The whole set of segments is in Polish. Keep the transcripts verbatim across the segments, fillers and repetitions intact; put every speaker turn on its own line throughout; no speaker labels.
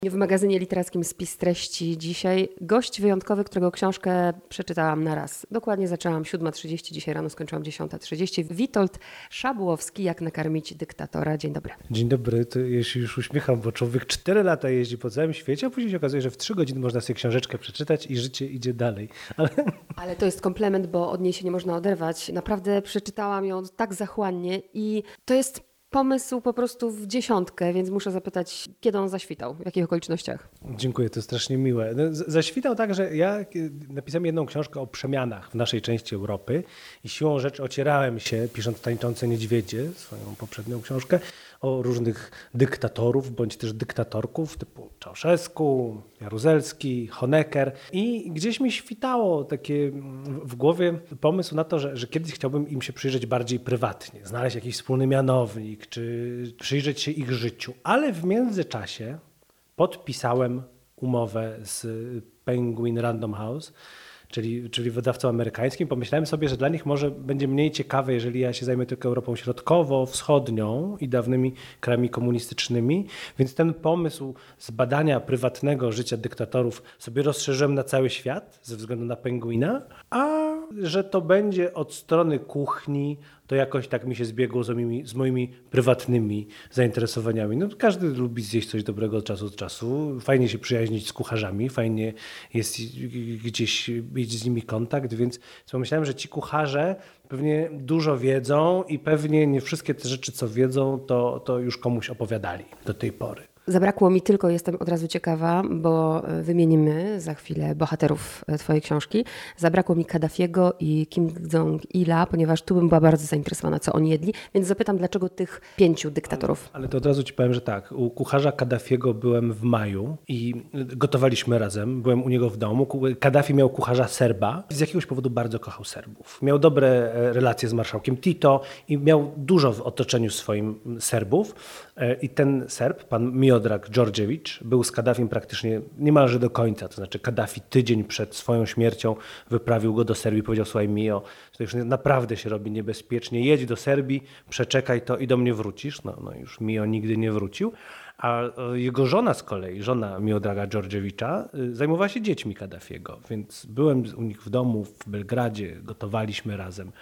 W magazynie literackim Spis Treści dzisiaj gość wyjątkowy, którego książkę przeczytałam na raz. Dokładnie zaczęłam siódma trzydzieści, dzisiaj rano skończyłam dziesiąta trzydzieści. Witold Szabłowski, Jak nakarmić dyktatora. Dzień dobry.
Dzień dobry, to ja się już uśmiecham, bo człowiek cztery lata jeździ po całym świecie, a później się okazuje, że w trzy godziny można sobie książeczkę przeczytać i życie idzie dalej. Ale,
Ale to jest komplement, bo od niej się nie można oderwać. Naprawdę przeczytałam ją tak zachłannie i to jest pomysł po prostu w dziesiątkę, więc muszę zapytać, kiedy on zaświtał, w jakich okolicznościach?
Dziękuję, to strasznie miłe. No, zaświtał tak, że ja napisałem jedną książkę o przemianach w naszej części Europy i siłą rzeczy ocierałem się, pisząc Tańczące niedźwiedzie, swoją poprzednią książkę, o różnych dyktatorów, bądź też dyktatorków typu Czałszewsku, Jaruzelski, Honecker i gdzieś mi świtało takie w głowie pomysł na to, że, że kiedyś chciałbym im się przyjrzeć bardziej prywatnie, znaleźć jakiś wspólny mianownik, czy przyjrzeć się ich życiu. Ale w międzyczasie podpisałem umowę z Penguin Random House, czyli, czyli wydawcą amerykańskim. Pomyślałem sobie, że dla nich może będzie mniej ciekawe, jeżeli ja się zajmę tylko Europą Środkowo-Wschodnią i dawnymi krajami komunistycznymi. Więc ten pomysł z badania prywatnego życia dyktatorów sobie rozszerzyłem na cały świat ze względu na Penguina, a że to będzie od strony kuchni, to jakoś tak mi się zbiegło z moimi, z moimi prywatnymi zainteresowaniami. No, każdy lubi zjeść coś dobrego od czasu do czasu. Fajnie się przyjaźnić z kucharzami, fajnie jest gdzieś mieć z nimi kontakt, więc pomyślałem, że ci kucharze pewnie dużo wiedzą i pewnie nie wszystkie te rzeczy, co wiedzą, to, to już komuś opowiadali do tej pory.
Zabrakło mi tylko, jestem od razu ciekawa, bo wymienimy za chwilę bohaterów twojej książki. Zabrakło mi Kaddafiego i Kim Jong-ila, ponieważ tu bym była bardzo zainteresowana, co oni jedli, więc zapytam, dlaczego tych pięciu dyktatorów?
Ale, ale to od razu ci powiem, że tak, u kucharza Kaddafiego byłem w maju i gotowaliśmy razem, byłem u niego w domu. Kaddafi miał kucharza Serba, z jakiegoś powodu bardzo kochał Serbów. Miał dobre relacje z marszałkiem Tito i miał dużo w otoczeniu swoim Serbów i ten Serb, pan Miodrag Dżordżewicz, był z Kaddafim praktycznie niemalże do końca, to znaczy Kaddafi tydzień przed swoją śmiercią wyprawił go do Serbii, powiedział: słuchaj Mio, to już naprawdę się robi niebezpiecznie, jedź do Serbii, przeczekaj to i do mnie wrócisz. No, no już Mio nigdy nie wrócił, a jego żona z kolei, żona Miodraga Dżordżewicza, zajmowała się dziećmi Kaddafiego, więc byłem u nich w domu w Belgradzie, gotowaliśmy razem.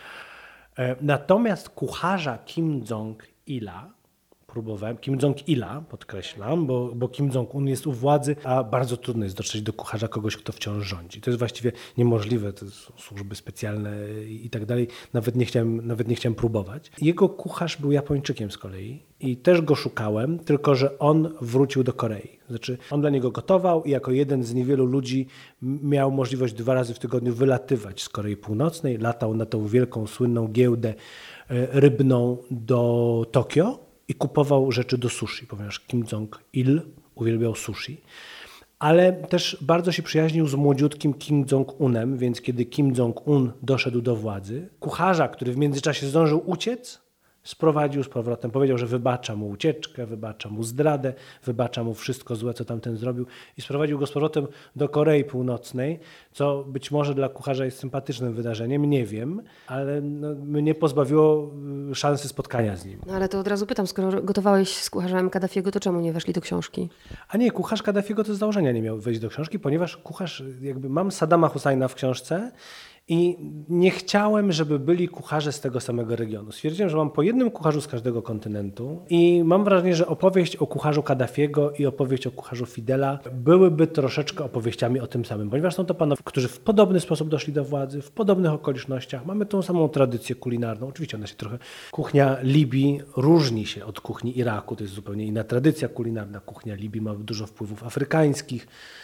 Natomiast kucharza Kim Jong-ila próbowałem, Kim Jong-ila podkreślam, bo, bo Kim Jong-un jest u władzy, a bardzo trudno jest dotrzeć do kucharza kogoś, kto wciąż rządzi. To jest właściwie niemożliwe, to są służby specjalne i tak dalej. Nawet nie chciałem, nawet nie chciałem próbować. Jego kucharz był Japończykiem z kolei i też go szukałem, tylko że on wrócił do Korei. Znaczy on dla niego gotował i jako jeden z niewielu ludzi miał możliwość dwa razy w tygodniu wylatywać z Korei Północnej. Latał na tą wielką, słynną giełdę rybną do Tokio i kupował rzeczy do sushi, ponieważ Kim Jong-il uwielbiał sushi. Ale też bardzo się przyjaźnił z młodziutkim Kim Jong-unem, więc kiedy Kim Jong-un doszedł do władzy, kucharza, który w międzyczasie zdążył uciec, sprowadził z powrotem, powiedział, że wybacza mu ucieczkę, wybacza mu zdradę, wybacza mu wszystko złe, co tamten zrobił i sprowadził go z powrotem do Korei Północnej, co być może dla kucharza jest sympatycznym wydarzeniem, nie wiem, ale no, mnie pozbawiło szansy spotkania z nim.
No ale to od razu pytam, skoro gotowałeś z kucharzem Kaddafiego, to czemu nie weszli do książki?
A nie, kucharz Kaddafiego to z założenia nie miał wejść do książki, ponieważ kucharz, jakby mam Saddama Husajna w książce i nie chciałem, żeby byli kucharze z tego samego regionu. Stwierdziłem, że mam po jednym kucharzu z każdego kontynentu i mam wrażenie, że opowieść o kucharzu Kaddafiego i opowieść o kucharzu Fidela byłyby troszeczkę opowieściami o tym samym, ponieważ są to panowie, którzy w podobny sposób doszli do władzy, w podobnych okolicznościach. Mamy tą samą tradycję kulinarną. Oczywiście ona się trochę... Kuchnia Libii różni się od kuchni Iraku. To jest zupełnie inna tradycja kulinarna. Kuchnia Libii ma dużo wpływów afrykańskich.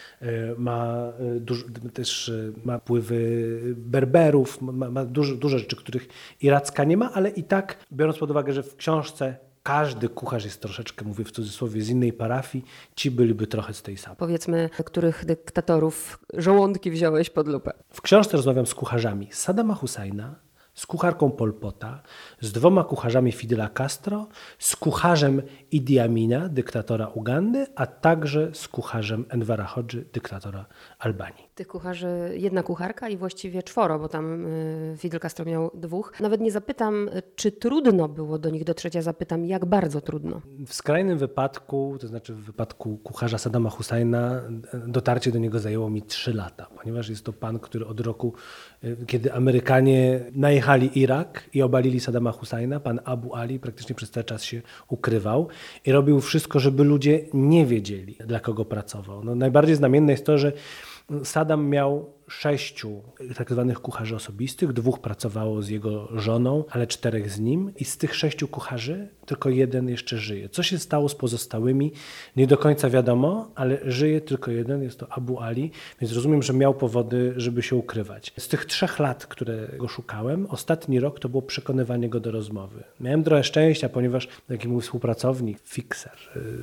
Ma dużo, też ma wpływy Berberów, ma, ma dużo, dużo rzeczy, których iracka nie ma, ale i tak, biorąc pod uwagę, że w książce każdy kucharz jest troszeczkę, mówię w cudzysłowie, z innej parafii, ci byliby trochę z tej samej.
Powiedzmy, których dyktatorów żołądki wziąłeś pod lupę?
W książce rozmawiam z kucharzami Saddama Husajna, z kucharką Pol Pota, z dwoma kucharzami Fidela Castro, z kucharzem Idi Amina, dyktatora Ugandy, a także z kucharzem Envera Hodży, dyktatora Albanii.
Tych kucharzy jedna kucharka i właściwie czworo, bo tam Fidel Castro miał dwóch. Nawet nie zapytam, czy trudno było do nich dotrzeć, ja zapytam, jak bardzo trudno.
W skrajnym wypadku, to znaczy w wypadku kucharza Saddama Husajna, dotarcie do niego zajęło mi trzy lata, ponieważ jest to pan, który od roku, kiedy Amerykanie najechali Irak i obalili Saddama Husajna, pan Abu Ali praktycznie przez cały czas się ukrywał i robił wszystko, żeby ludzie nie wiedzieli, dla kogo pracował. No, najbardziej znamienne jest to, że Saddam miał sześciu tak zwanych kucharzy osobistych, dwóch pracowało z jego żoną, ale czterech z nim i z tych sześciu kucharzy tylko jeden jeszcze żyje. Co się stało z pozostałymi? Nie do końca wiadomo, ale żyje tylko jeden, jest to Abu Ali, więc rozumiem, że miał powody, żeby się ukrywać. Z tych trzech lat, które go szukałem, ostatni rok to było przekonywanie go do rozmowy. Miałem trochę szczęścia, ponieważ taki mój współpracownik, fixer,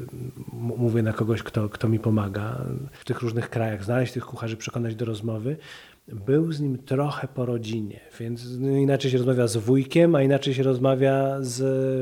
mówię na kogoś, kto, kto mi pomaga w tych różnych krajach, znaleźć tych kucharzy, przekonać do rozmowy, był z nim trochę po rodzinie, więc inaczej się rozmawia z wujkiem, a inaczej się rozmawia z,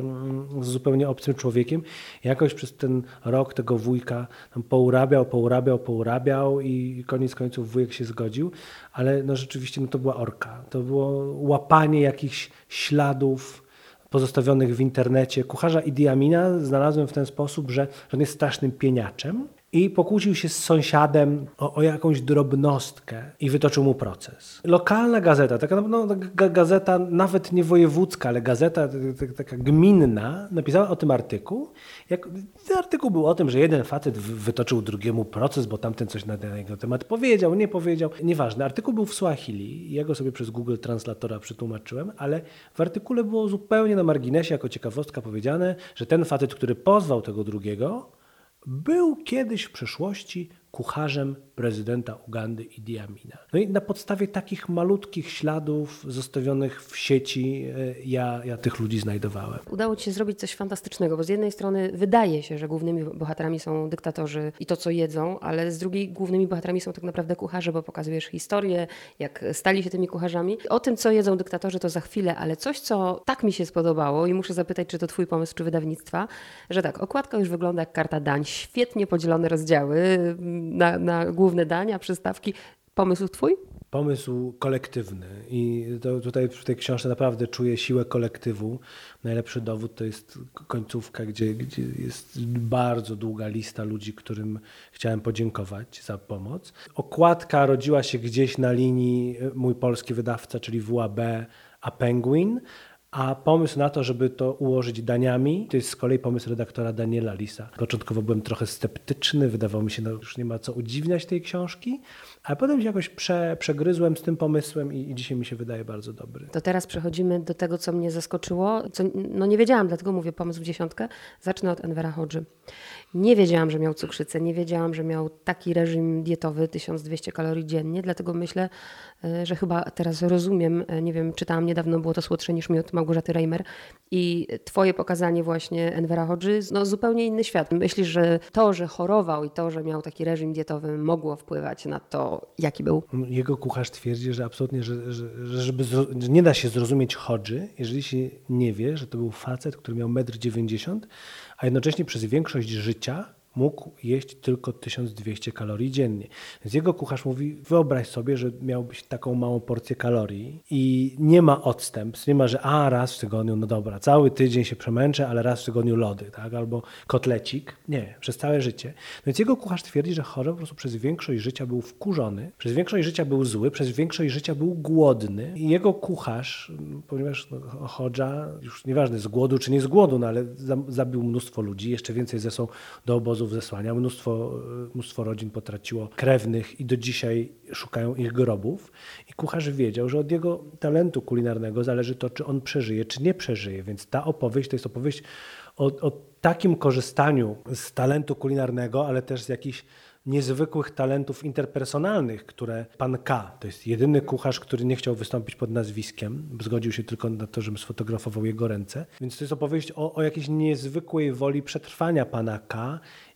z zupełnie obcym człowiekiem. Jakoś przez ten rok tego wujka tam pourabiał, pourabiał, pourabiał i koniec końców wujek się zgodził, ale no rzeczywiście no to była orka. To było łapanie jakichś śladów pozostawionych w internecie. Kucharza Idi Amina znalazłem w ten sposób, że on jest strasznym pieniaczem i pokłócił się z sąsiadem o, o jakąś drobnostkę i wytoczył mu proces. Lokalna gazeta, taka no, gazeta nawet nie wojewódzka, ale gazeta taka gminna, napisała o tym artykuł. Jak, ten artykuł był o tym, że jeden facet wytoczył drugiemu proces, bo tamten coś na jego temat powiedział, nie powiedział. Nieważne, artykuł był w Swahili, ja go sobie przez Google Translatora przetłumaczyłem, ale w artykule było zupełnie na marginesie jako ciekawostka powiedziane, że ten facet, który pozwał tego drugiego, był kiedyś w przeszłości kucharzem prezydenta Ugandy Idi Amina. No i na podstawie takich malutkich śladów zostawionych w sieci ja, ja tych ludzi znajdowałem.
Udało ci się zrobić coś fantastycznego, bo z jednej strony wydaje się, że głównymi bohaterami są dyktatorzy i to, co jedzą, ale z drugiej głównymi bohaterami są tak naprawdę kucharze, bo pokazujesz historię, jak stali się tymi kucharzami. O tym, co jedzą dyktatorzy, to za chwilę, ale coś, co tak mi się spodobało i muszę zapytać, czy to twój pomysł, czy wydawnictwa, że tak, okładka już wygląda jak karta dań, świetnie podzielone rozdziały na, na główne dania, przystawki. Pomysł twój?
Pomysł kolektywny i to tutaj w tej książce naprawdę czuję siłę kolektywu. Najlepszy dowód to jest końcówka, gdzie, gdzie jest bardzo długa lista ludzi, którym chciałem podziękować za pomoc. Okładka rodziła się gdzieś na linii mój polski wydawca, czyli W A B, a Penguin. A pomysł na to, żeby to ułożyć daniami, to jest z kolei pomysł redaktora Daniela Lisa. Początkowo byłem trochę sceptyczny, wydawało mi się, no już nie ma co udziwniać tej książki, ale potem się jakoś prze, przegryzłem z tym pomysłem i, i dzisiaj mi się wydaje bardzo dobry.
To teraz przechodzimy do tego, co mnie zaskoczyło, co no nie wiedziałam, dlatego mówię pomysł w dziesiątkę. Zacznę od Envera Hodży. Nie wiedziałam, że miał cukrzycę, nie wiedziałam, że miał taki reżim dietowy, tysiąc dwieście kalorii dziennie, dlatego myślę, że chyba teraz rozumiem, nie wiem, czytałam niedawno, było to Słodsze niż miód Małgorzaty Reimer i twoje pokazanie właśnie Envera Hodży, no zupełnie inny świat. Myślisz, że to, że chorował i to, że miał taki reżim dietowy mogło wpływać na to, jaki był?
Jego kucharz twierdzi, że absolutnie, że, że, że, żeby zro- że nie da się zrozumieć Hodży, jeżeli się nie wie, że to był facet, który miał metr dziewięćdziesiąt, a jednocześnie przez większość życia mógł jeść tylko tysiąc dwieście kalorii dziennie. Więc jego kucharz mówi, wyobraź sobie, że miałbyś taką małą porcję kalorii i nie ma odstępstw, nie ma, że a raz w tygodniu, no dobra, cały tydzień się przemęczę, ale raz w tygodniu lody, tak, albo kotlecik. Nie, przez całe życie. Więc jego kucharz twierdzi, że chory po prostu przez większość życia był wkurzony, przez większość życia był zły, przez większość życia był głodny i jego kucharz, ponieważ no, Hodża, już nieważne z głodu czy nie z głodu, no ale zabił mnóstwo ludzi, jeszcze więcej zesłał do obozu zesłania. Mnóstwo, mnóstwo rodzin potraciło krewnych i do dzisiaj szukają ich grobów. I kucharz wiedział, że od jego talentu kulinarnego zależy to, czy on przeżyje, czy nie przeżyje. Więc ta opowieść to jest opowieść o, o takim korzystaniu z talentu kulinarnego, ale też z jakichś niezwykłych talentów interpersonalnych, które pan K, to jest jedyny kucharz, który nie chciał wystąpić pod nazwiskiem, zgodził się tylko na to, żebym sfotografował jego ręce. Więc to jest opowieść o, o jakiejś niezwykłej woli przetrwania pana K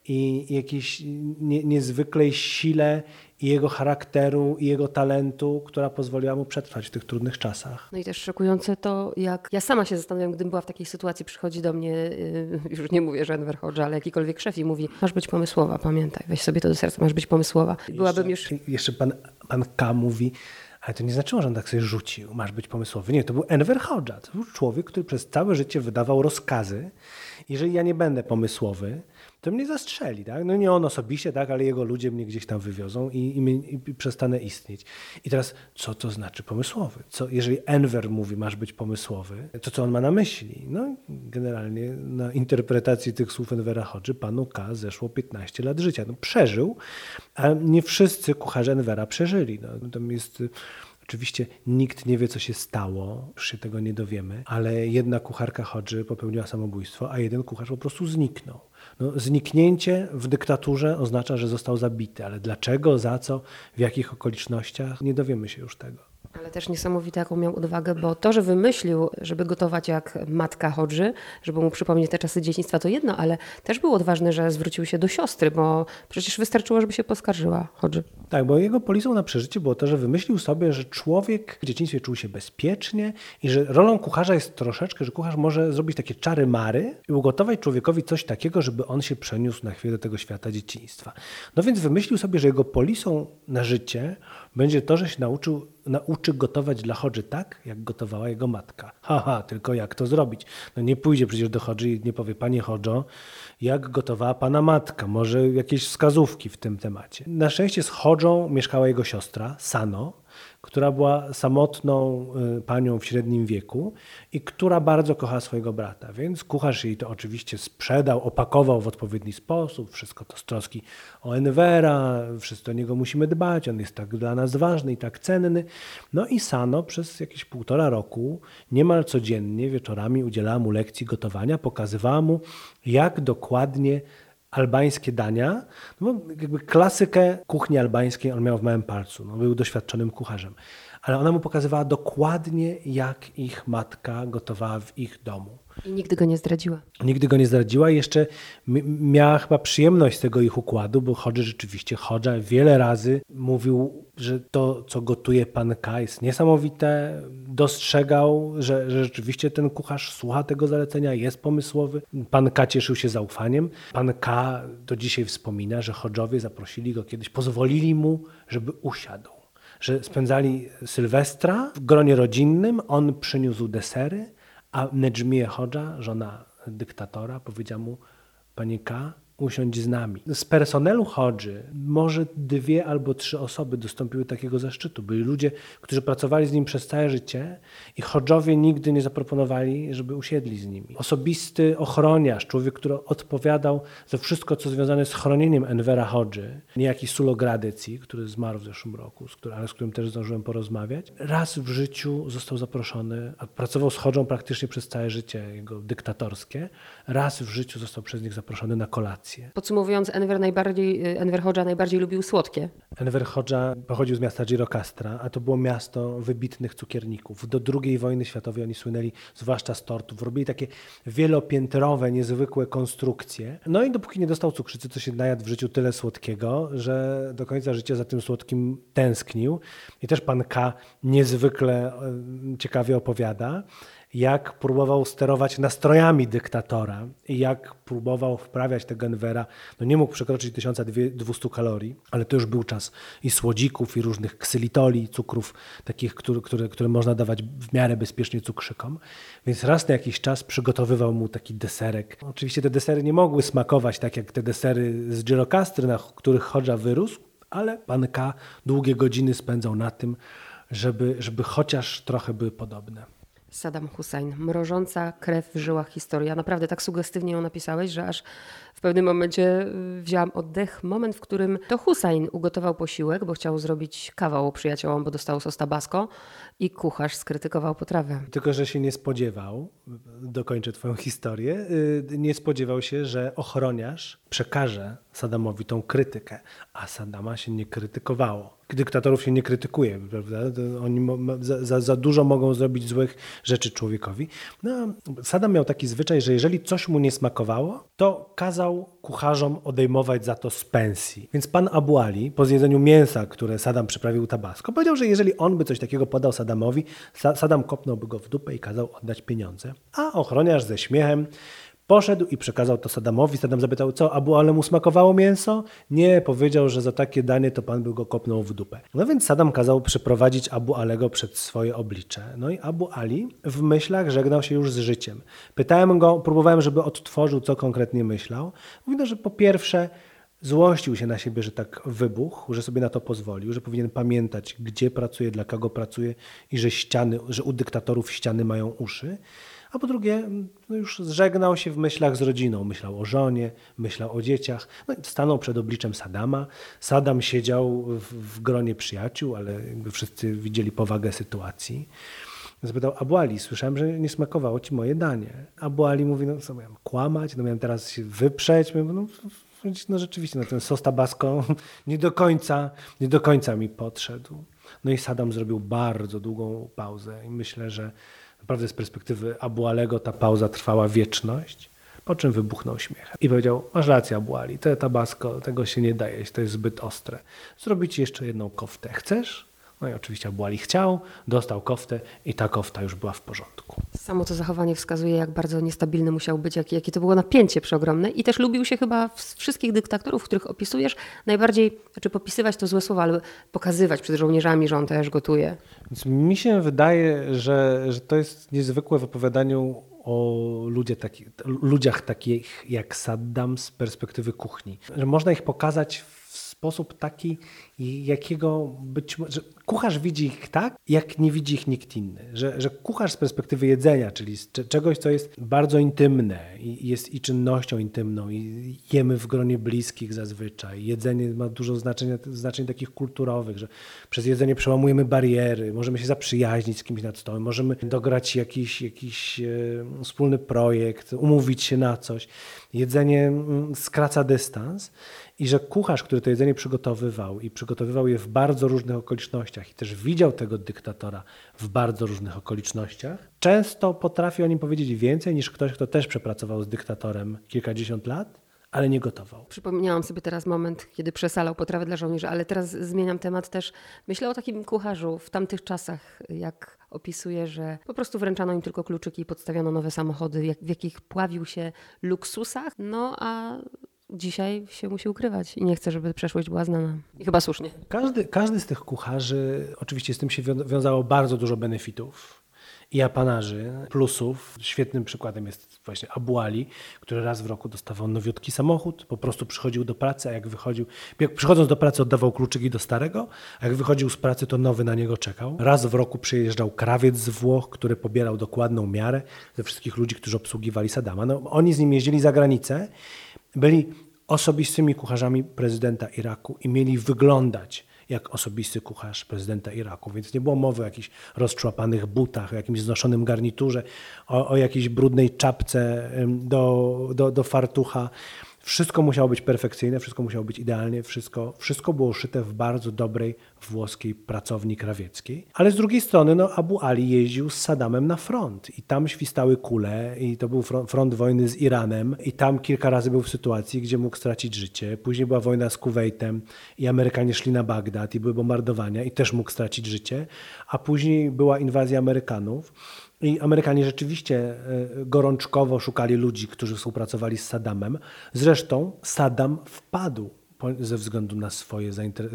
i jakiejś nie, niezwykłej sile i jego charakteru, i jego talentu, która pozwoliła mu przetrwać w tych trudnych czasach.
No i też szokujące to, jak ja sama się zastanawiam, gdybym była w takiej sytuacji, przychodzi do mnie, yy, już nie mówię, że Enver Hodża, ale jakikolwiek szef i mówi, masz być pomysłowa, pamiętaj, weź sobie to do serca, masz być pomysłowa. Byłabym
jeszcze,
już...
Jeszcze pan, pan K. mówi, ale to nie znaczyło, że on tak sobie rzucił, masz być pomysłowy. Nie, to był Enver Hodża, to był człowiek, który przez całe życie wydawał rozkazy. Jeżeli ja nie będę pomysłowy, to mnie zastrzeli, tak? No nie on osobiście, tak, ale jego ludzie mnie gdzieś tam wywiozą i, i, mnie, i przestanę istnieć. I teraz, co to znaczy pomysłowy? Co, jeżeli Enver mówi, masz być pomysłowy, to co on ma na myśli? No generalnie na interpretacji tych słów Envera Hodży panu K. zeszło piętnaście lat życia. No przeżył, a nie wszyscy kucharze Envera przeżyli. No, tam jest... Oczywiście nikt nie wie, co się stało, już się tego nie dowiemy, ale jedna kucharka Hodży popełniła samobójstwo, a jeden kucharz po prostu zniknął. No, zniknięcie w dyktaturze oznacza, że został zabity, ale dlaczego, za co, w jakich okolicznościach, nie dowiemy się już tego.
Ale też niesamowite, jaką miał odwagę, bo to, że wymyślił, żeby gotować jak matka Hodży, żeby mu przypomnieć te czasy dzieciństwa, to jedno, ale też było odważne, że zwrócił się do siostry, bo przecież wystarczyło, żeby się poskarżyła Hodży.
Tak, bo jego polisą na przeżycie było to, że wymyślił sobie, że człowiek w dzieciństwie czuł się bezpiecznie i że rolą kucharza jest troszeczkę, że kucharz może zrobić takie czary mary i ugotować człowiekowi coś takiego, żeby on się przeniósł na chwilę do tego świata dzieciństwa. No więc wymyślił sobie, że jego polisą na życie będzie to, że się nauczył, nauczy gotować dla Hodży tak, jak gotowała jego matka. Haha, tylko jak to zrobić? No nie pójdzie przecież do Hodży i nie powie, panie Hodżo, jak gotowała pana matka? Może jakieś wskazówki w tym temacie. Na szczęście z Hodżą mieszkała jego siostra, Sano, która była samotną panią w średnim wieku i która bardzo kochała swojego brata. Więc kucharz jej to oczywiście sprzedał, opakował w odpowiedni sposób, wszystko to z troski o Envera, wszyscy o niego musimy dbać, on jest tak dla nas ważny i tak cenny. No i Sano przez jakieś półtora roku niemal codziennie wieczorami udzielała mu lekcji gotowania, pokazywała mu, jak dokładnie albańskie dania, no jakby klasykę kuchni albańskiej on miał w małym palcu, no był doświadczonym kucharzem, ale ona mu pokazywała dokładnie, jak ich matka gotowała w ich domu.
I nigdy go nie zdradziła.
Nigdy go nie zdradziła i jeszcze miała chyba przyjemność z tego ich układu, bo Hodży rzeczywiście, Hodża wiele razy mówił, że to, co gotuje pan K, jest niesamowite, dostrzegał, że, że rzeczywiście ten kucharz słucha tego zalecenia, jest pomysłowy. Pan K cieszył się zaufaniem. Pan K do dzisiaj wspomina, że Hodżowie zaprosili go kiedyś, pozwolili mu, żeby usiadł. Że spędzali Sylwestra w gronie rodzinnym, on przyniósł desery, a Nedżmije Hodża, żona dyktatora, powiedziała mu, panie K, usiądź z nami. Z personelu Hodży może dwie albo trzy osoby dostąpiły takiego zaszczytu. Byli ludzie, którzy pracowali z nim przez całe życie i Hodżowie nigdy nie zaproponowali, żeby usiedli z nimi. Osobisty ochroniarz, człowiek, który odpowiadał za wszystko, co związane z chronieniem Envera Hodży, niejaki Sulo Gradecji, który zmarł w zeszłym roku, z którym, ale z którym też zdążyłem porozmawiać, raz w życiu został zaproszony, a pracował z Hodżą praktycznie przez całe życie jego dyktatorskie, raz w życiu został przez nich zaproszony na kolację.
Podsumowując, Enver, najbardziej, Enver Hodża najbardziej lubił słodkie.
Enver Hodża pochodził z miasta Gjirokastra, a to było miasto wybitnych cukierników. Do drugiej wojny światowej oni słynęli zwłaszcza z tortów. Robili takie wielopiętrowe, niezwykłe konstrukcje. No i dopóki nie dostał cukrzycy, to się najadł w życiu tyle słodkiego, że do końca życia za tym słodkim tęsknił. I też pan K niezwykle ciekawie opowiada, jak próbował sterować nastrojami dyktatora i jak próbował wprawiać tego Envera. No nie mógł przekroczyć tysiąc dwieście kalorii, ale to już był czas i słodzików, i różnych ksylitoli, cukrów takich, które, które, które można dawać w miarę bezpiecznie cukrzykom. Więc raz na jakiś czas przygotowywał mu taki deserek. Oczywiście te desery nie mogły smakować tak jak te desery z Gjirokastry, na których Hodża wyrósł, ale pan K długie godziny spędzał na tym, żeby, żeby chociaż trochę były podobne.
Saddam Hussein. Mrożąca krew w żyłach historia. Naprawdę tak sugestywnie ją napisałeś, że aż w pewnym momencie wzięłam oddech. Moment, w którym to Hussein ugotował posiłek, bo chciał zrobić kawał przyjaciołom, bo dostał sos tabasco i kucharz skrytykował potrawę.
Tylko, że się nie spodziewał, dokończę twoją historię, nie spodziewał się, że ochroniarz przekaże Saddamowi tą krytykę, a Saddama się nie krytykowało. Dyktatorów się nie krytykuje, prawda? Oni za, za, za dużo mogą zrobić złych rzeczy człowiekowi. No, Saddam miał taki zwyczaj, że jeżeli coś mu nie smakowało, to kazał kazał kucharzom odejmować za to z pensji. Więc pan Abu Ali po zjedzeniu mięsa, które Saddam przyprawił tabasco, powiedział, że jeżeli on by coś takiego podał Saddamowi, Saddam kopnąłby go w dupę i kazał oddać pieniądze. A ochroniarz ze śmiechem poszedł i przekazał to Saddamowi. Saddam zapytał, co, Abu Alemu smakowało mięso? Nie, powiedział, że za takie danie to pan by go kopnął w dupę. No więc Saddam kazał przeprowadzić Abu Alego przed swoje oblicze. No i Abu Ali w myślach żegnał się już z życiem. Pytałem go, próbowałem, żeby odtworzył, co konkretnie myślał. Mówi, no, że po pierwsze złościł się na siebie, że tak wybuchł, że sobie na to pozwolił, że powinien pamiętać, gdzie pracuje, dla kogo pracuje i że ściany, że u dyktatorów ściany mają uszy. A po drugie, no już zżegnał się w myślach z rodziną. Myślał o żonie, myślał o dzieciach. No i stanął przed obliczem Saddama. Saddam siedział w, w gronie przyjaciół, ale jakby wszyscy widzieli powagę sytuacji. Zapytał, Abu Ali, słyszałem, że nie smakowało ci moje danie. Abu Ali mówi, no co, miałem kłamać? No miałem teraz się wyprzeć? Mówię, no, no rzeczywiście, no ten sos tabasco nie do końca, nie do końca mi podszedł. No i Saddam zrobił bardzo długą pauzę i myślę, że naprawdę z perspektywy Abu Alego ta pauza trwała wieczność, po czym wybuchnął śmiechem i powiedział, masz rację Abu Ali, te tabasco, tego się nie daje, to jest zbyt ostre. Zrobię ci jeszcze jedną koftę, chcesz? No i oczywiście Abu Ali chciał, dostał koftę i ta kofta już była w porządku.
Samo to zachowanie wskazuje, jak bardzo niestabilny musiał być, jakie, jakie to było napięcie przeogromne i też lubił się chyba z wszystkich dyktatorów, których opisujesz, najbardziej, znaczy popisywać to złe słowa, ale pokazywać przed żołnierzami, że on też gotuje.
Więc mi się wydaje, że, że to jest niezwykłe w opowiadaniu o ludzie taki, ludziach takich jak Saddam z perspektywy kuchni. Że można ich pokazać w sposób taki, jakiego być może... Kucharz widzi ich tak, jak nie widzi ich nikt inny. Że, że kucharz z perspektywy jedzenia, czyli z czegoś, co jest bardzo intymne i jest i czynnością intymną i jemy w gronie bliskich zazwyczaj. Jedzenie ma dużo znaczenia, znaczeń takich kulturowych, że przez jedzenie przełamujemy bariery, możemy się zaprzyjaźnić z kimś nad stołem, możemy dograć jakiś, jakiś e, wspólny projekt, umówić się na coś. Jedzenie m, skraca dystans. I że kucharz, który to jedzenie przygotowywał i przygotowywał je w bardzo różnych okolicznościach i też widział tego dyktatora w bardzo różnych okolicznościach, często potrafi o nim powiedzieć więcej niż ktoś, kto też przepracował z dyktatorem kilkadziesiąt lat, ale nie gotował.
Przypomniałam sobie teraz moment, kiedy przesalał potrawę dla żołnierzy, ale teraz zmieniam temat też. Myślę o takim kucharzu w tamtych czasach, jak opisuje, że po prostu wręczano im tylko kluczyki i podstawiano nowe samochody, jak, w jakich pławił się luksusach, no a dzisiaj się musi ukrywać i nie chce, żeby przeszłość była znana. I chyba słusznie.
Każdy, każdy z tych kucharzy, oczywiście z tym się wiązało bardzo dużo benefitów i apanarzy, plusów. Świetnym przykładem jest właśnie Abu Ali, który raz w roku dostawał nowiutki samochód, po prostu przychodził do pracy, a jak wychodził, jak przychodząc do pracy oddawał kluczyki do starego, a jak wychodził z pracy, to nowy na niego czekał. Raz w roku przyjeżdżał krawiec z Włoch, który pobierał dokładną miarę ze wszystkich ludzi, którzy obsługiwali Saddama. No, oni z nim jeździli za granicę, byli osobistymi kucharzami prezydenta Iraku i mieli wyglądać jak osobisty kucharz prezydenta Iraku. Więc nie było mowy o jakichś rozczłapanych butach, o jakimś znoszonym garniturze, o, o jakiejś brudnej czapce do, do, do fartucha. Wszystko musiało być perfekcyjne, wszystko musiało być idealnie, wszystko, wszystko było szyte w bardzo dobrej włoskiej pracowni krawieckiej. Ale z drugiej strony no, Abu Ali jeździł z Saddamem na front i tam świstały kule i to był front, front wojny z Iranem i tam kilka razy był w sytuacji, gdzie mógł stracić życie. Później była wojna z Kuwejtem i Amerykanie szli na Bagdad i były bombardowania i też mógł stracić życie, a później była inwazja Amerykanów. I Amerykanie rzeczywiście gorączkowo szukali ludzi, którzy współpracowali z Saddamem. Zresztą Saddam wpadł ze względu na swoje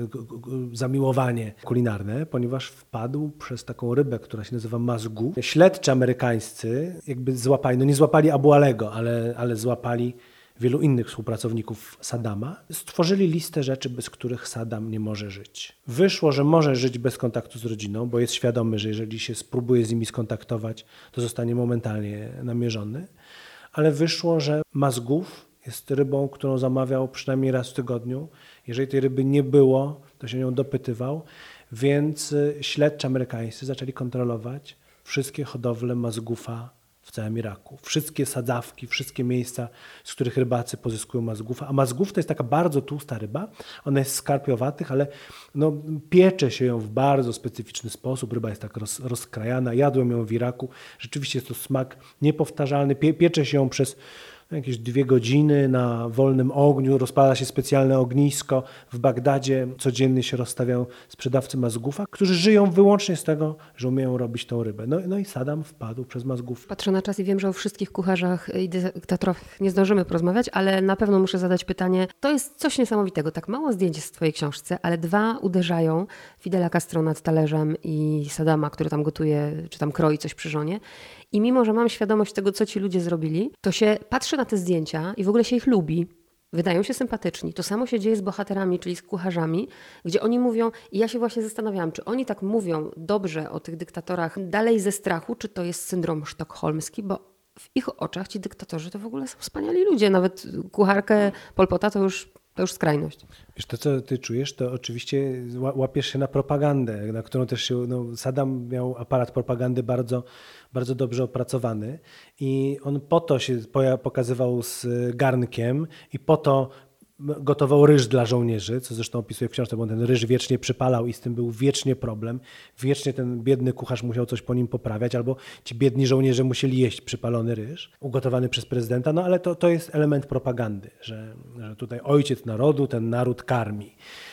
zamiłowanie kulinarne, ponieważ wpadł przez taką rybę, która się nazywa mazgu. Śledczy amerykańscy jakby złapali, no nie złapali Abu Alego, ale, ale złapali wielu innych współpracowników Saddama, stworzyli listę rzeczy, bez których Saddam nie może żyć. Wyszło, że może żyć bez kontaktu z rodziną, bo jest świadomy, że jeżeli się spróbuje z nimi skontaktować, to zostanie momentalnie namierzony, ale wyszło, że mazgów jest rybą, którą zamawiał przynajmniej raz w tygodniu. Jeżeli tej ryby nie było, to się nią dopytywał, więc śledczy amerykańscy zaczęli kontrolować wszystkie hodowle mazgufa w całym Iraku. Wszystkie sadzawki, wszystkie miejsca, z których rybacy pozyskują mazgufa. A mazguf to jest taka bardzo tłusta ryba. Ona jest skarpiowatych, ale no, piecze się ją w bardzo specyficzny sposób. Ryba jest tak roz, rozkrajana. Jadłem ją w Iraku. Rzeczywiście jest to smak niepowtarzalny. Pie, piecze się ją przez jakieś dwie godziny na wolnym ogniu, rozpala się specjalne ognisko. W Bagdadzie codziennie się rozstawiają sprzedawcy mazgufa, którzy żyją wyłącznie z tego, że umieją robić tą rybę. No, no i Saddam wpadł przez mazguf.
Patrzę na czas i wiem, że o wszystkich kucharzach i dyktatorach nie zdążymy porozmawiać, ale na pewno muszę zadać pytanie. To jest coś niesamowitego. Tak mało zdjęć jest w twojej książce, ale dwa uderzają. Fidela Castro nad talerzem i Saddama, który tam gotuje, czy tam kroi coś przy żonie. I mimo, że mam świadomość tego, co ci ludzie zrobili, to się patrzy na te zdjęcia i w ogóle się ich lubi. Wydają się sympatyczni. To samo się dzieje z bohaterami, czyli z kucharzami, gdzie oni mówią, i ja się właśnie zastanawiałam, czy oni tak mówią dobrze o tych dyktatorach dalej ze strachu, czy to jest syndrom sztokholmski, bo w ich oczach ci dyktatorzy to w ogóle są wspaniali ludzie. Nawet kucharkę Pol Pota to już To już skrajność.
Wiesz, to co ty czujesz, to oczywiście łapiesz się na propagandę, na którą też się, no, Saddam miał aparat propagandy bardzo, bardzo dobrze opracowany i on po to się pokazywał z garnkiem i po to gotował ryż dla żołnierzy, co zresztą opisuję w książce, bo on ten ryż wiecznie przypalał i z tym był wiecznie problem. Wiecznie ten biedny kucharz musiał coś po nim poprawiać, albo ci biedni żołnierze musieli jeść przypalony ryż, ugotowany przez prezydenta, no ale to, to jest element propagandy, że, że tutaj ojciec narodu ten naród karmi.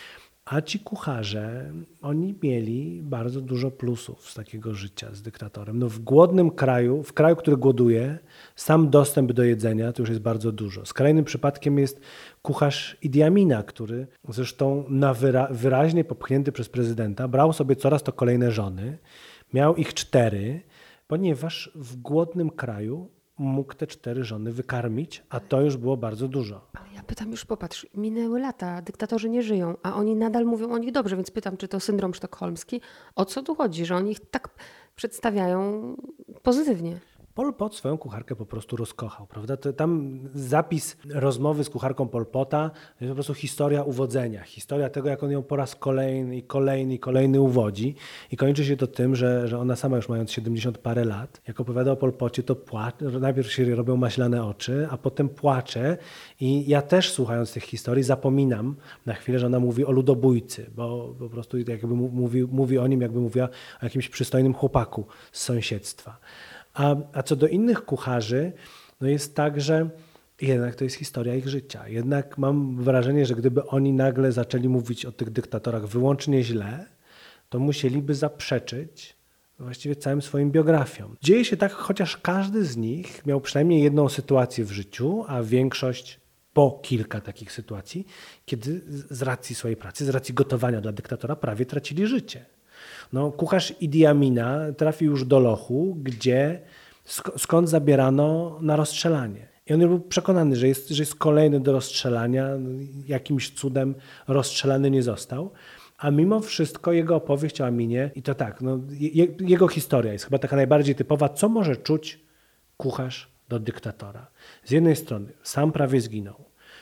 A ci kucharze, oni mieli bardzo dużo plusów z takiego życia z dyktatorem. No w głodnym kraju, w kraju, który głoduje, sam dostęp do jedzenia to już jest bardzo dużo. Skrajnym przypadkiem jest kucharz Idi Amina, który zresztą na wyra- wyraźnie popchnięty przez prezydenta brał sobie coraz to kolejne żony, miał ich cztery, ponieważ w głodnym kraju mógł te cztery żony wykarmić, a to już było bardzo dużo.
Ale ja pytam już, popatrz, minęły lata, dyktatorzy nie żyją, a oni nadal mówią o nich dobrze, więc pytam, czy to syndrom sztokholmski? O co tu chodzi, że oni ich tak przedstawiają pozytywnie?
Pol Pot swoją kucharkę po prostu rozkochał, prawda? To tam zapis rozmowy z kucharką Pol Pota to jest po prostu historia uwodzenia, historia tego, jak on ją po raz kolejny i kolejny i kolejny uwodzi i kończy się to tym, że, że ona sama już mając siedemdziesiąt parę lat, jak opowiada o Pol Pocie, to płacze, najpierw się robią maślane oczy, a potem płacze i ja też słuchając tych historii zapominam na chwilę, że ona mówi o ludobójcy, bo po prostu jakby mówi, mówi o nim, jakby mówiła o jakimś przystojnym chłopaku z sąsiedztwa. A, a co do innych kucharzy, no jest tak, że jednak to jest historia ich życia. Jednak mam wrażenie, że gdyby oni nagle zaczęli mówić o tych dyktatorach wyłącznie źle, to musieliby zaprzeczyć właściwie całym swoim biografiom. Dzieje się tak, chociaż każdy z nich miał przynajmniej jedną sytuację w życiu, a większość po kilka takich sytuacji, kiedy z racji swojej pracy, z racji gotowania dla dyktatora prawie tracili życie. No, kucharz Idi Amina trafił już do lochu, gdzie sk- skąd zabierano na rozstrzelanie. I on był przekonany, że jest, że jest kolejny do rozstrzelania, jakimś cudem rozstrzelany nie został. A mimo wszystko jego opowieść o Aminie, i to tak, no, je, jego historia jest chyba taka najbardziej typowa, co może czuć kucharz do dyktatora. Z jednej strony sam prawie zginął.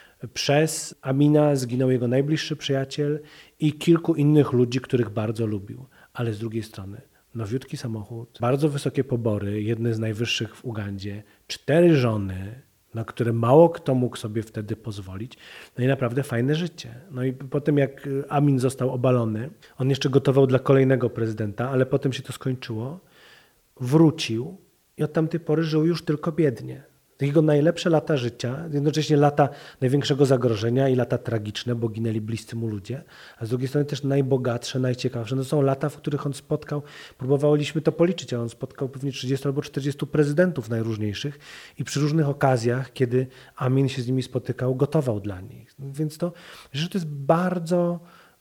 Przez Amina zginął jego najbliższy przyjaciel i kilku innych ludzi, których bardzo lubił. Ale z drugiej strony nowiutki samochód, bardzo wysokie pobory, jedne z najwyższych w Ugandzie, cztery żony, na które mało kto mógł sobie wtedy pozwolić. No i naprawdę fajne życie. No i potem jak Amin został obalony, on jeszcze gotował dla kolejnego prezydenta, ale potem się to skończyło, wrócił i od tamtej pory żył już tylko biednie. Jego najlepsze lata życia, jednocześnie lata największego zagrożenia i lata tragiczne, bo ginęli bliscy mu ludzie, a z drugiej strony też najbogatsze, najciekawsze. No to są lata, w których on spotkał, próbowaliśmy to policzyć, ale on spotkał pewnie trzydziestu albo czterdziestu prezydentów najróżniejszych i przy różnych okazjach, kiedy Amin się z nimi spotykał, gotował dla nich. Więc to, że to jest bardzo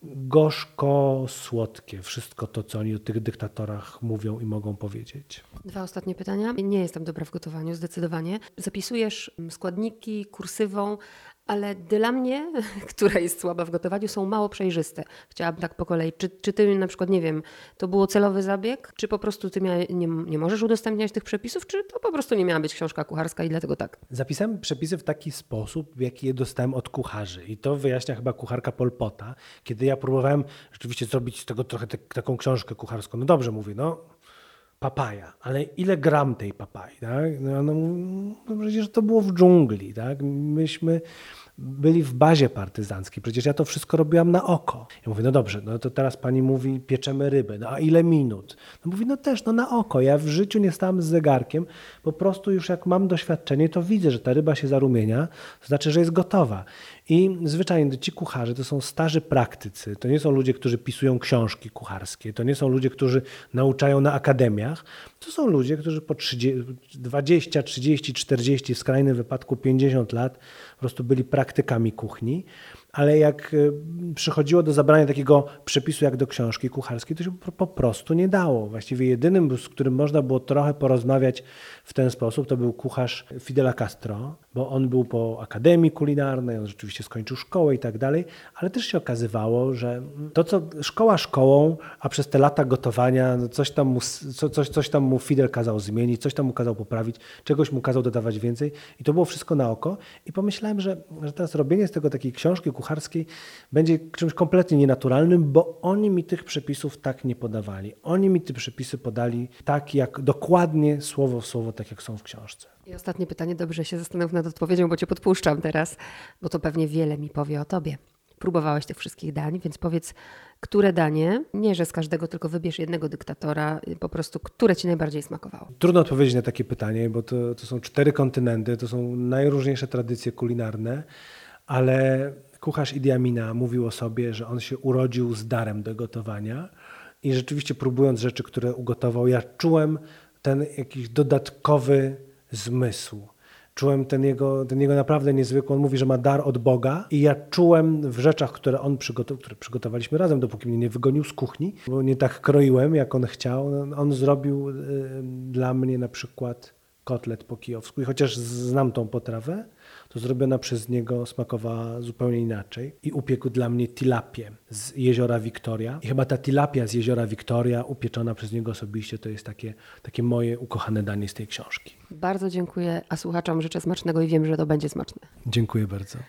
gorzko-słodkie wszystko to, co oni o tych dyktatorach mówią i mogą powiedzieć.
Dwa ostatnie pytania. Nie jestem dobra w gotowaniu, zdecydowanie. Zapisujesz składniki kursywą, ale dla mnie, która jest słaba w gotowaniu, są mało przejrzyste. Chciałabym tak po kolei. Czy, czy ty na przykład, nie wiem, to było celowy zabieg? Czy po prostu ty mia- nie, nie możesz udostępniać tych przepisów? Czy to po prostu nie miała być książka kucharska i dlatego tak?
Zapisałem przepisy w taki sposób, w jaki je dostałem od kucharzy. I to wyjaśnia chyba kucharka Pol Pota. Kiedy ja próbowałem rzeczywiście zrobić z tego trochę te, taką książkę kucharską. No dobrze mówię, no papaja, ale ile gram tej papai, tak? No, no, no przecież to było w dżungli, tak? Myśmy byli w bazie partyzanckiej, przecież ja to wszystko robiłam na oko. Ja mówię, no dobrze, no to teraz pani mówi, pieczemy rybę, no a ile minut? No mówi, no też, no na oko, ja w życiu nie stałem z zegarkiem, po prostu już jak mam doświadczenie, to widzę, że ta ryba się zarumienia, to znaczy, że jest gotowa. I zwyczajnie ci kucharze to są starzy praktycy, to nie są ludzie, którzy pisują książki kucharskie, to nie są ludzie, którzy nauczają na akademiach, to są ludzie, którzy po dwadzieścia, trzydzieści, czterdzieści, w skrajnym wypadku pięćdziesiąt lat po prostu byli praktykami kuchni, ale jak przychodziło do zabrania takiego przepisu jak do książki kucharskiej, to się po prostu nie dało. Właściwie jedynym, z którym można było trochę porozmawiać w ten sposób, to był kucharz Fidela Castro, bo on był po akademii kulinarnej, on rzeczywiście skończył szkołę i tak dalej, ale też się okazywało, że to co szkoła szkołą, a przez te lata gotowania no coś, tam mu, coś, coś tam mu Fidel kazał zmienić, coś tam mu kazał poprawić, czegoś mu kazał dodawać więcej i to było wszystko na oko i pomyślałem, że, że teraz robienie z tego takiej książki kucharskiej będzie czymś kompletnie nienaturalnym, bo oni mi tych przepisów tak nie podawali. Oni mi te przepisy podali tak jak dokładnie słowo w słowo, tak jak są w książce.
I ostatnie pytanie, dobrze się zastanawiam nad odpowiedzią, bo cię podpuszczam teraz, bo to pewnie wiele mi powie o tobie. Próbowałeś tych wszystkich dań, więc powiedz, które danie, nie że z każdego, tylko wybierz jednego dyktatora, po prostu, które ci najbardziej smakowało?
Trudno odpowiedzieć na takie pytanie, bo to, to są cztery kontynenty, to są najróżniejsze tradycje kulinarne, ale kucharz Idi Amina mówił o sobie, że on się urodził z darem do gotowania i rzeczywiście próbując rzeczy, które ugotował, ja czułem ten jakiś dodatkowy zmysł. Czułem ten jego, ten jego naprawdę niezwykły, on mówi, że ma dar od Boga i ja czułem w rzeczach, które on przygotował, które przygotowaliśmy razem, dopóki mnie nie wygonił z kuchni, bo nie tak kroiłem, jak on chciał. On zrobił y, dla mnie na przykład kotlet po kijowsku i chociaż znam tą potrawę, to zrobiona przez niego smakowała zupełnie inaczej i upiekł dla mnie tilapię z jeziora Victoria. I chyba ta tilapia z jeziora Victoria upieczona przez niego osobiście to jest takie, takie moje ukochane danie z tej książki.
Bardzo dziękuję, a słuchaczom życzę smacznego i wiem, że to będzie smaczne.
Dziękuję bardzo.